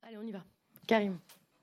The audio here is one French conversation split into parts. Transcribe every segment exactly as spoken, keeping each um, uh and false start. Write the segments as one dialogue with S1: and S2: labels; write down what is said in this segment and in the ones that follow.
S1: Allez, on y va. Karim.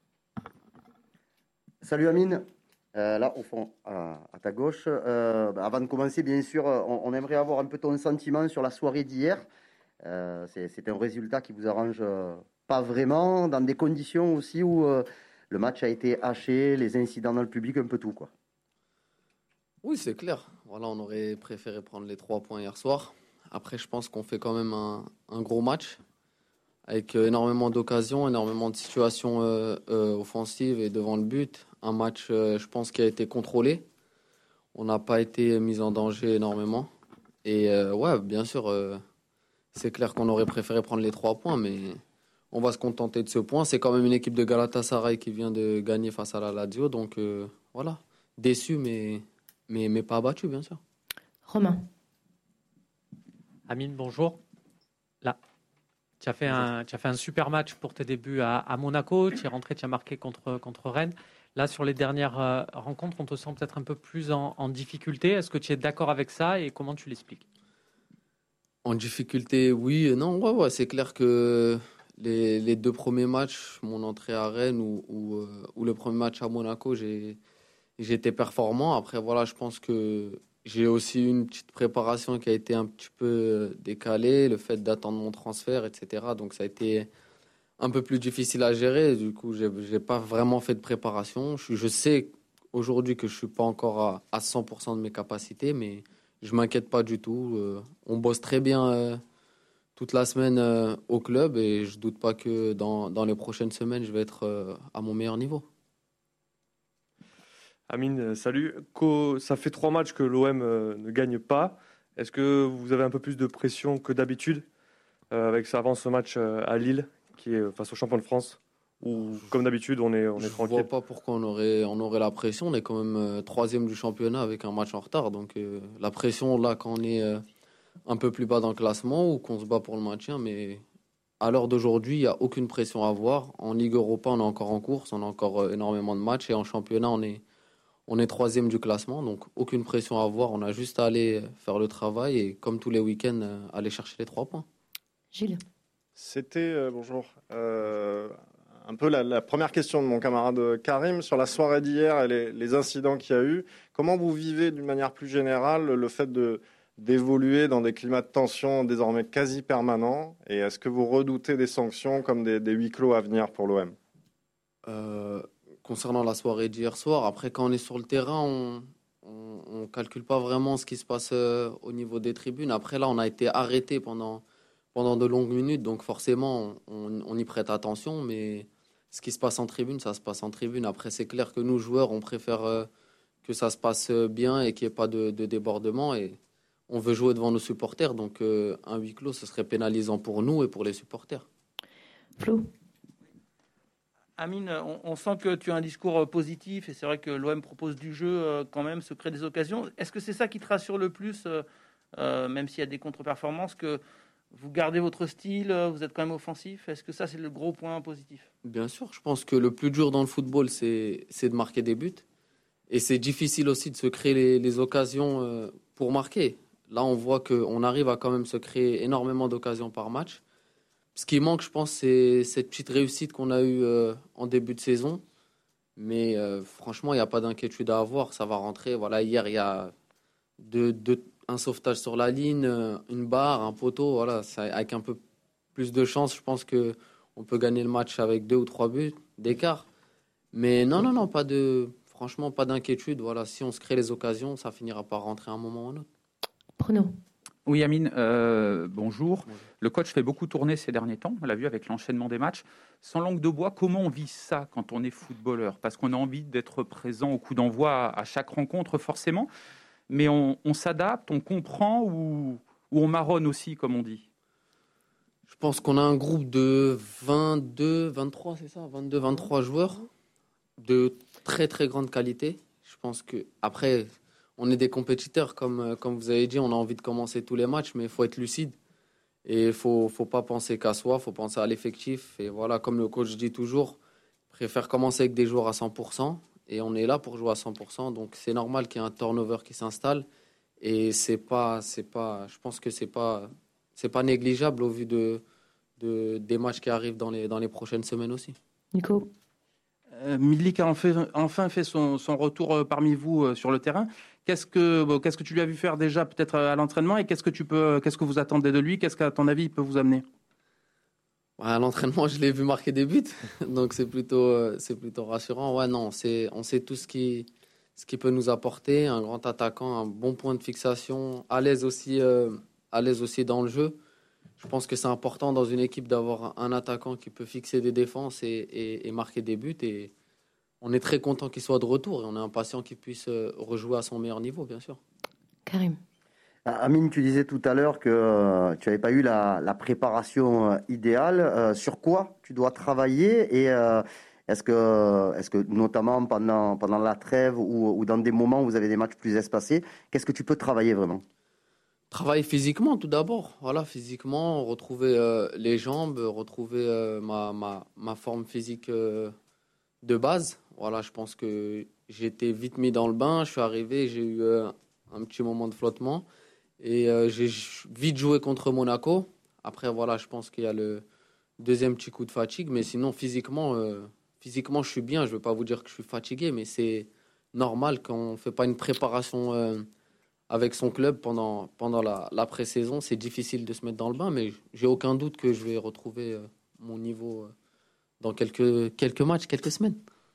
S2: Salut Amine. Euh, là, au fond, à, à ta gauche. Euh, bah, avant de commencer, bien sûr, on, on aimerait avoir un peu ton sentiment sur la soirée d'hier. Euh, c'est, c'est un résultat qui vous arrange euh, pas vraiment, dans des conditions aussi où euh, le match a été haché, les incidents dans le public, un peu tout, quoi.
S3: Oui, c'est clair. Voilà, on aurait préféré prendre les trois points hier soir. Après, je pense qu'on fait quand même un, un gros match avec euh, énormément d'occasions, énormément de situations euh, euh, offensives et devant le but. Un match, euh, je pense, qui a été contrôlé. On n'a pas été mis en danger énormément. Et euh, ouais, bien sûr, euh, c'est clair qu'on aurait préféré prendre les trois points, mais on va se contenter de ce point. C'est quand même une équipe de Galatasaray qui vient de gagner face à la Lazio. Donc euh, voilà, déçu, mais, mais, mais pas abattu, bien sûr.
S1: Romain.
S4: Amine, bonjour. Là, tu as fait, un, tu as fait un super match pour tes débuts à, à Monaco. Tu es rentré, tu as marqué contre, contre Rennes. Là, sur les dernières euh, rencontres, on te sent peut-être un peu plus en, en difficulté. Est-ce que tu es d'accord avec ça et comment tu l'expliques ?
S3: En difficulté, oui et non. Ouais, ouais, c'est clair que les, les deux premiers matchs, mon entrée à Rennes ou, ou, euh, ou le premier match à Monaco, j'ai, j'ai été performant. Après, voilà, je pense que j'ai aussi eu une petite préparation qui a été un petit peu décalée, le fait d'attendre mon transfert, et cetera. Donc, ça a été un peu plus difficile à gérer. Du coup, j'ai, j'ai pas vraiment fait de préparation. Je, je sais aujourd'hui que je suis pas encore à, à cent pour cent de mes capacités, mais je m'inquiète pas du tout. Euh, on bosse très bien euh, toute la semaine euh, au club et je doute pas que dans, dans les prochaines semaines, je vais être euh, à mon meilleur niveau.
S5: Amine, salut. Co- Ça fait trois matchs que l'O M euh, ne gagne pas. Est-ce que vous avez un peu plus de pression que d'habitude euh, avec ça avant ce match euh, à Lille, qui est face au champion de France, ou comme d'habitude on est, on est
S3: Je
S5: tranquille?
S3: vois pas pourquoi on aurait, on aurait la pression. On est quand même euh, troisième du championnat avec un match en retard. Donc euh, la pression là quand on est euh, un peu plus bas dans le classement ou qu'on se bat pour le maintien, mais à l'heure d'aujourd'hui, il n'y a aucune pression à avoir. En Ligue Europa, on est encore en course, on a encore euh, énormément de matchs et en championnat, on est, on est troisième du classement, donc aucune pression à avoir. On a juste à aller faire le travail et, comme tous les week-ends, euh, aller chercher les trois points.
S1: Gilles.
S6: C'était, euh, bonjour, euh, un peu la, la première question de mon camarade Karim sur la soirée d'hier et les, les incidents qu'il y a eu. Comment vous vivez d'une manière plus générale le fait de, d'évoluer dans des climats de tension désormais quasi permanents? Et est-ce que vous redoutez des sanctions comme des, des huis clos à venir pour l'O M?
S3: Euh, concernant la soirée d'hier soir, après, quand on est sur le terrain, on on ne calcule pas vraiment ce qui se passe euh, au niveau des tribunes. Après, là, on a été arrêté pendant, pendant de longues minutes, donc forcément, on, on y prête attention, mais ce qui se passe en tribune, ça se passe en tribune. Après, c'est clair que nous, joueurs, on préfère euh, que ça se passe bien et qu'il n'y ait pas de, de débordement, et on veut jouer devant nos supporters, donc euh, un huis clos, ce serait pénalisant pour nous et pour les supporters.
S1: Flo.
S7: Amine, on, on sent que tu as un discours positif et c'est vrai que l'O M propose du jeu euh, quand même, se crée des occasions. Est-ce que c'est ça qui te rassure le plus, euh, euh, même s'il y a des contre-performances, que vous gardez votre style, vous êtes quand même offensif? Est-ce que ça, c'est le gros point positif?
S3: Bien sûr, je pense que le plus dur dans le football, c'est, c'est de marquer des buts. Et c'est difficile aussi de se créer les, les occasions euh, pour marquer. Là, on voit qu'on arrive à quand même se créer énormément d'occasions par match. Ce qui manque, je pense, c'est cette petite réussite qu'on a eue euh, en début de saison. Mais euh, franchement, il n'y a pas d'inquiétude à avoir. Ça va rentrer. Voilà, hier, il y a deux, deux, un sauvetage sur la ligne, une barre, un poteau. Voilà, ça, avec un peu plus de chance, je pense qu'on peut gagner le match avec deux ou trois buts d'écart. Mais non, non, non, pas de, franchement, pas d'inquiétude. Voilà, si on se crée les occasions, ça finira par rentrer à un moment ou un autre.
S1: Bruno.
S8: Oui, Amine, euh, bonjour. bonjour. Le coach fait beaucoup tourner ces derniers temps, on l'a vu avec l'enchaînement des matchs. Sans langue de bois, comment on vit ça quand on est footballeur? Parce qu'on a envie d'être présent au coup d'envoi à chaque rencontre, forcément. Mais on, on s'adapte, on comprend ou, ou on marronne aussi, comme on dit?
S3: Je pense qu'on a un groupe de vingt-deux, vingt-trois, c'est ça, vingt-deux, vingt-trois joueurs de très très grande qualité. Je pense que après, on est des compétiteurs, comme, comme vous avez dit, on a envie de commencer tous les matchs, mais il faut être lucide. Et il ne faut, faut pas penser qu'à soi, il faut penser à l'effectif. Et voilà, comme le coach dit toujours, préfère commencer avec des joueurs à cent pour cent. Et on est là pour jouer à cent pour cent. Donc c'est normal qu'il y ait un turnover qui s'installe. Et c'est pas, c'est pas, je pense que ce n'est pas, c'est pas négligeable au vu de, de, des matchs qui arrivent dans les, dans les prochaines semaines aussi.
S1: Nico.
S9: Euh, Milik a enfin, enfin fait son, son retour euh, parmi vous euh, sur le terrain. Qu'est-ce que, bon, qu'est-ce que tu lui as vu faire déjà peut-être à l'entraînement et qu'est-ce que, tu peux, qu'est-ce que vous attendez de lui? Qu'est-ce qu'à ton avis il peut vous amener?
S3: À l'entraînement, je l'ai vu marquer des buts, donc c'est plutôt, euh, c'est plutôt rassurant. Ouais, non, c'est, on sait tout ce qui, ce qui peut nous apporter. Un grand attaquant, un bon point de fixation, à l'aise aussi, euh, à l'aise aussi dans le jeu. Je pense que c'est important dans une équipe d'avoir un attaquant qui peut fixer des défenses et, et, et marquer des buts. Et on est très content qu'il soit de retour et on est impatient qu'il puisse rejouer à son meilleur niveau, bien sûr.
S1: Karim.
S2: Amine, tu disais tout à l'heure que euh, tu n'avais pas eu la, la préparation euh, idéale. Euh, sur quoi tu dois travailler et euh, est-ce que, est-ce que notamment pendant, pendant la trêve ou, ou dans des moments où vous avez des matchs plus espacés, qu'est-ce que tu peux travailler vraiment?
S3: Travailler physiquement tout d'abord. Voilà, physiquement, retrouver euh, les jambes, retrouver euh, ma, ma, ma forme physique euh, de base. Voilà, je pense que j'ai été vite mis dans le bain. Je suis arrivé, j'ai eu euh, un petit moment de flottement. Et euh, j'ai vite joué contre Monaco. Après, voilà, je pense qu'il y a le deuxième petit coup de fatigue. Mais sinon, physiquement, euh, physiquement je suis bien. Je ne vais pas vous dire que je suis fatigué, mais c'est normal quand on ne fait pas une préparation euh, avec son club pendant, pendant la, la pré-saison. C'est difficile de se mettre dans le bain, mais j'ai aucun doute que je vais retrouver euh, mon niveau euh, dans quelques, quelques matchs, quelques semaines.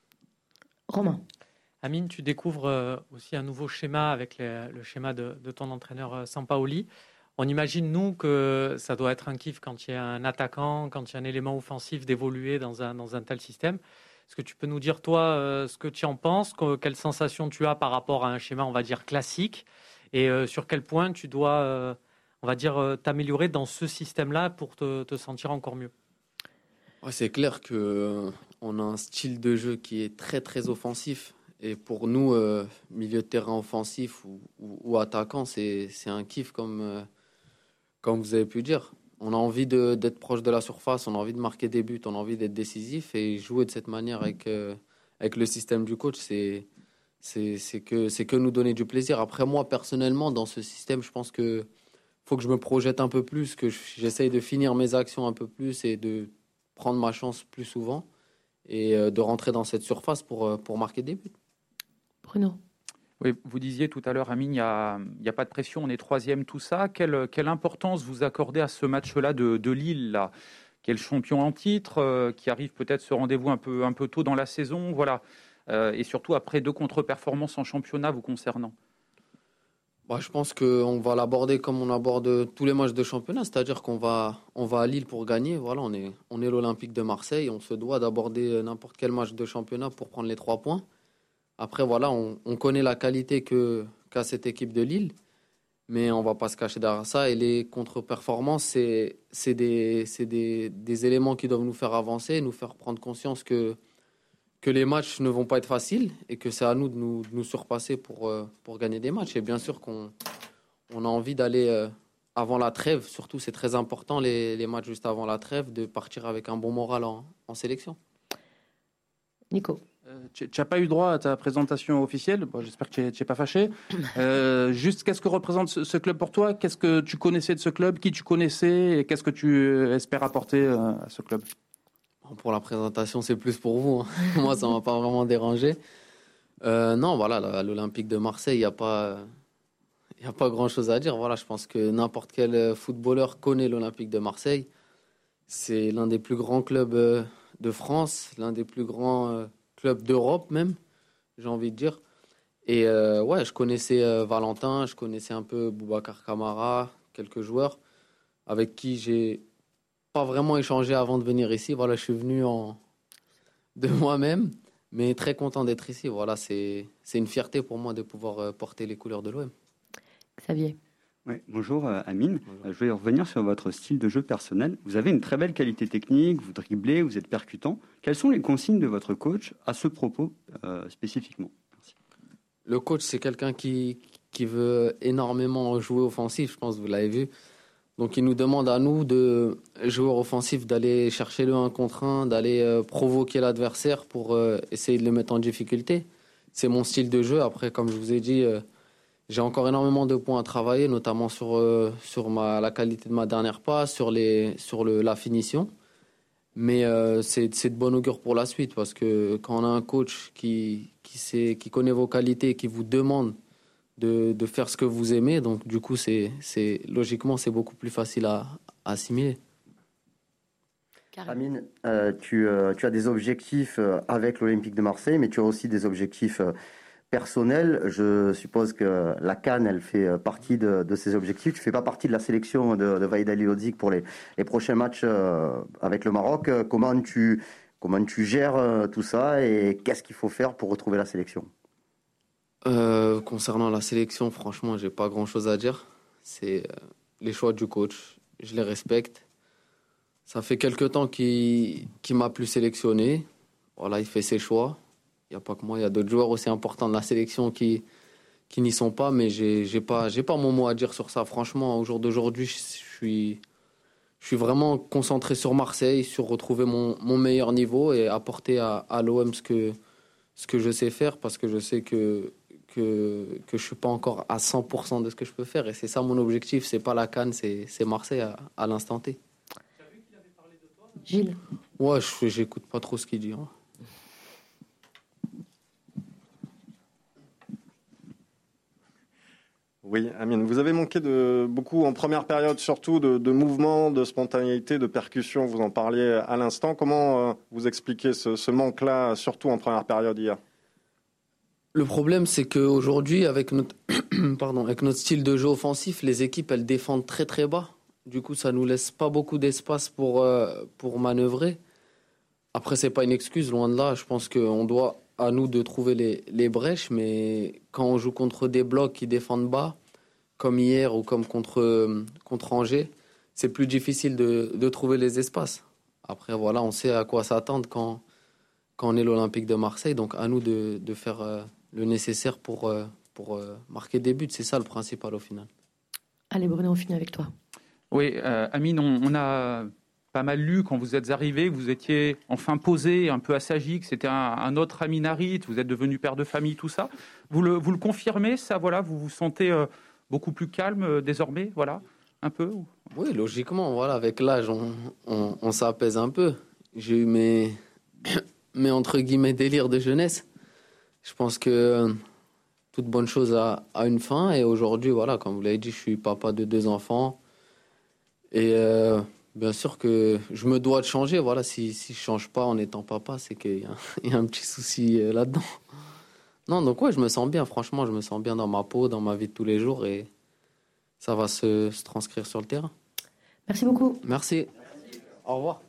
S1: Romain.
S4: Amine, tu découvres euh, aussi un nouveau schéma avec les, le schéma de, de ton entraîneur euh, Sampaoli. On imagine, nous, que ça doit être un kiff quand il y a un attaquant, quand il y a un élément offensif d'évoluer dans un, dans un tel système. Est-ce que tu peux nous dire, toi, euh, ce que tu en penses, que, quelle sensation tu as par rapport à un schéma, on va dire, classique et euh, sur quel point tu dois, euh, on va dire, euh, t'améliorer dans ce système-là pour te, te sentir encore mieux?
S3: Ouais, c'est clair qu'on euh, a un style de jeu qui est très, très offensif. Et pour nous, euh, milieu de terrain offensif ou, ou, ou attaquant, c'est, c'est un kiff comme, euh, comme vous avez pu dire. On a envie de, d'être proche de la surface, on a envie de marquer des buts, on a envie d'être décisif et jouer de cette manière avec, euh, avec le système du coach, c'est, c'est, c'est, que, c'est que nous donner du plaisir. Après, moi, personnellement, dans ce système, je pense qu'il faut que je me projette un peu plus, que j'essaye de finir mes actions un peu plus et de prendre ma chance plus souvent et euh, de rentrer dans cette surface pour, pour marquer des buts.
S1: Bruno.
S8: Oui, vous disiez tout à l'heure, Amine, il n'y a, a pas de pression, on est troisième, tout ça. Quelle, quelle importance vous accordez à ce match-là de, de Lille, là, qui est le champion en titre, euh, qui arrive peut-être ce rendez-vous un peu, un peu tôt dans la saison, voilà, euh, et surtout après deux contre-performances en championnat vous concernant?
S3: Bah, je pense qu'on va l'aborder comme on aborde tous les matchs de championnat, c'est-à-dire qu'on va, on va à Lille pour gagner. Voilà, on est, on est l'Olympique de Marseille, on se doit d'aborder n'importe quel match de championnat pour prendre les trois points. Après, voilà, on, on connaît la qualité que, qu'a cette équipe de Lille, mais on ne va pas se cacher derrière ça. Et les contre-performances, c'est, c'est, des, c'est des, des éléments qui doivent nous faire avancer, nous faire prendre conscience que, que les matchs ne vont pas être faciles et que c'est à nous de nous, de nous surpasser pour, pour gagner des matchs. Et bien sûr qu'on on a envie d'aller euh, avant la trêve, surtout c'est très important, les, les matchs juste avant la trêve, de partir avec un bon moral en, en sélection.
S1: Nico.
S9: Euh, tu n'as pas eu droit à ta présentation officielle. Bon, j'espère que tu n'es pas fâché. Euh, juste, qu'est-ce que représente ce, ce club pour toi? Qu'est-ce que tu connaissais de ce club? Qui tu connaissais? Et qu'est-ce que tu espères apporter euh, à ce club?
S3: Bon, pour la présentation, c'est plus pour vous. Hein. Moi, ça ne m'a pas vraiment dérangé. Euh, non, voilà, l'Olympique de Marseille, il n'y a pas, il y a pas grand-chose à dire. Voilà, je pense que n'importe quel footballeur connaît l'Olympique de Marseille. C'est l'un des plus grands clubs de France, l'un des plus grands club d'Europe même, j'ai envie de dire. Et euh, ouais, je connaissais euh, Valentin, je connaissais un peu Boubacar Kamara, quelques joueurs avec qui j'ai pas vraiment échangé avant de venir ici. Voilà, je suis venu en... de moi-même, mais très content d'être ici. Voilà, c'est, c'est une fierté pour moi de pouvoir euh, porter les couleurs de l'O M.
S1: Xavier.
S10: Ouais, bonjour euh, Amine, bonjour. Je vais revenir sur votre style de jeu personnel. Vous avez une très belle qualité technique, vous dribblez, vous êtes percutant. Quelles sont les consignes de votre coach à ce propos euh, spécifiquement? Merci.
S3: Le coach, c'est quelqu'un qui, qui veut énormément jouer offensif, je pense que vous l'avez vu. Donc il nous demande à nous, de joueurs offensifs, d'aller chercher le un contre un, d'aller euh, provoquer l'adversaire pour euh, essayer de le mettre en difficulté. C'est mon style de jeu. Après, comme je vous ai dit... Euh, j'ai encore énormément de points à travailler, notamment sur, euh, sur ma, la qualité de ma dernière passe, sur, les, sur le, la finition. Mais euh, c'est, c'est de bon augure pour la suite parce que quand on a un coach qui, qui, sait, qui connaît vos qualités et qui vous demande de, de faire ce que vous aimez, donc du coup, c'est, c'est, logiquement, c'est beaucoup plus facile à, à assimiler.
S2: Amine, euh, tu, euh, tu as des objectifs euh, avec l'Olympique de Marseille, mais tu as aussi des objectifs euh, personnels. Je suppose que la CAN, elle fait euh, partie de, de ces objectifs. Tu ne fais pas partie de la sélection de, de Vahid Halilhodžić pour les, les prochains matchs euh, avec le Maroc. Comment tu, comment tu gères euh, tout ça et qu'est-ce qu'il faut faire pour retrouver la sélection ?
S3: Euh, concernant la sélection, franchement, j'ai pas grand-chose à dire. C'est euh, les choix du coach. Je les respecte. Ça fait quelques temps qu'il, qu'il m'a plus sélectionné. Voilà, il fait ses choix. Il n'y a pas que moi, il y a d'autres joueurs aussi importants de la sélection qui, qui n'y sont pas, mais j'ai, j'ai pas, j'ai pas mon mot à dire sur ça. Franchement, au jour d'aujourd'hui, je suis, je suis vraiment concentré sur Marseille, sur retrouver mon, mon meilleur niveau et apporter à, à l'O M ce que, ce que je sais faire, parce que je sais que, que, que je ne suis pas encore à cent pour cent de ce que je peux faire. Et c'est ça mon objectif, c'est pas la CAN, c'est, c'est Marseille à, à l'instant T.
S1: Gilles.
S3: Ouais, je j'écoute pas trop ce qu'il dit. Hein.
S6: Oui, Amine, vous avez manqué de beaucoup en première période, surtout de, de mouvement, de spontanéité, de percussion. Vous en parliez à l'instant. Comment euh, vous expliquez ce, ce manque-là, surtout en première période hier ?
S3: Le problème, c'est qu'aujourd'hui, avec notre, pardon, avec notre style de jeu offensif, les équipes, elles défendent très très bas. Du coup, ça nous laisse pas beaucoup d'espace pour, euh, pour manœuvrer. Après, c'est pas une excuse, loin de là. Je pense qu'on doit, à nous, de trouver les, les brèches. Mais quand on joue contre des blocs qui défendent bas, comme hier ou comme contre, contre Angers, c'est plus difficile de, de trouver les espaces. Après, voilà, on sait à quoi s'attendre quand, quand on est l'Olympique de Marseille. Donc, à nous de, de faire euh, le nécessaire pour, euh, pour euh, marquer des buts. C'est ça le principal au final.
S1: Allez, Bruno, on finit avec toi.
S8: Oui, euh, Amine, on, on a pas mal lu quand vous êtes arrivé, que vous étiez enfin posé, un peu assagi, que c'était un, un autre Amine Harit, vous êtes devenu père de famille, tout ça. Vous le, vous le confirmez, ça, voilà, vous vous sentez euh, beaucoup plus calme euh, désormais, voilà, un peu ou...
S3: Oui, logiquement, voilà, avec l'âge, on, on, on s'apaise un peu. J'ai eu mes, mes, entre guillemets, délires de jeunesse. Je pense que euh, toute bonne chose a, a une fin, et aujourd'hui, voilà, comme vous l'avez dit, je suis papa de deux enfants. Et euh, bien sûr que je me dois de changer. Voilà, si, si je ne change pas en étant papa, c'est qu'il y a, il y a un petit souci euh, là-dedans. Non, donc ouais, je me sens bien. Franchement, je me sens bien dans ma peau, dans ma vie de tous les jours. Et ça va se, se transcrire sur le terrain.
S1: Merci beaucoup.
S3: Merci. Au revoir.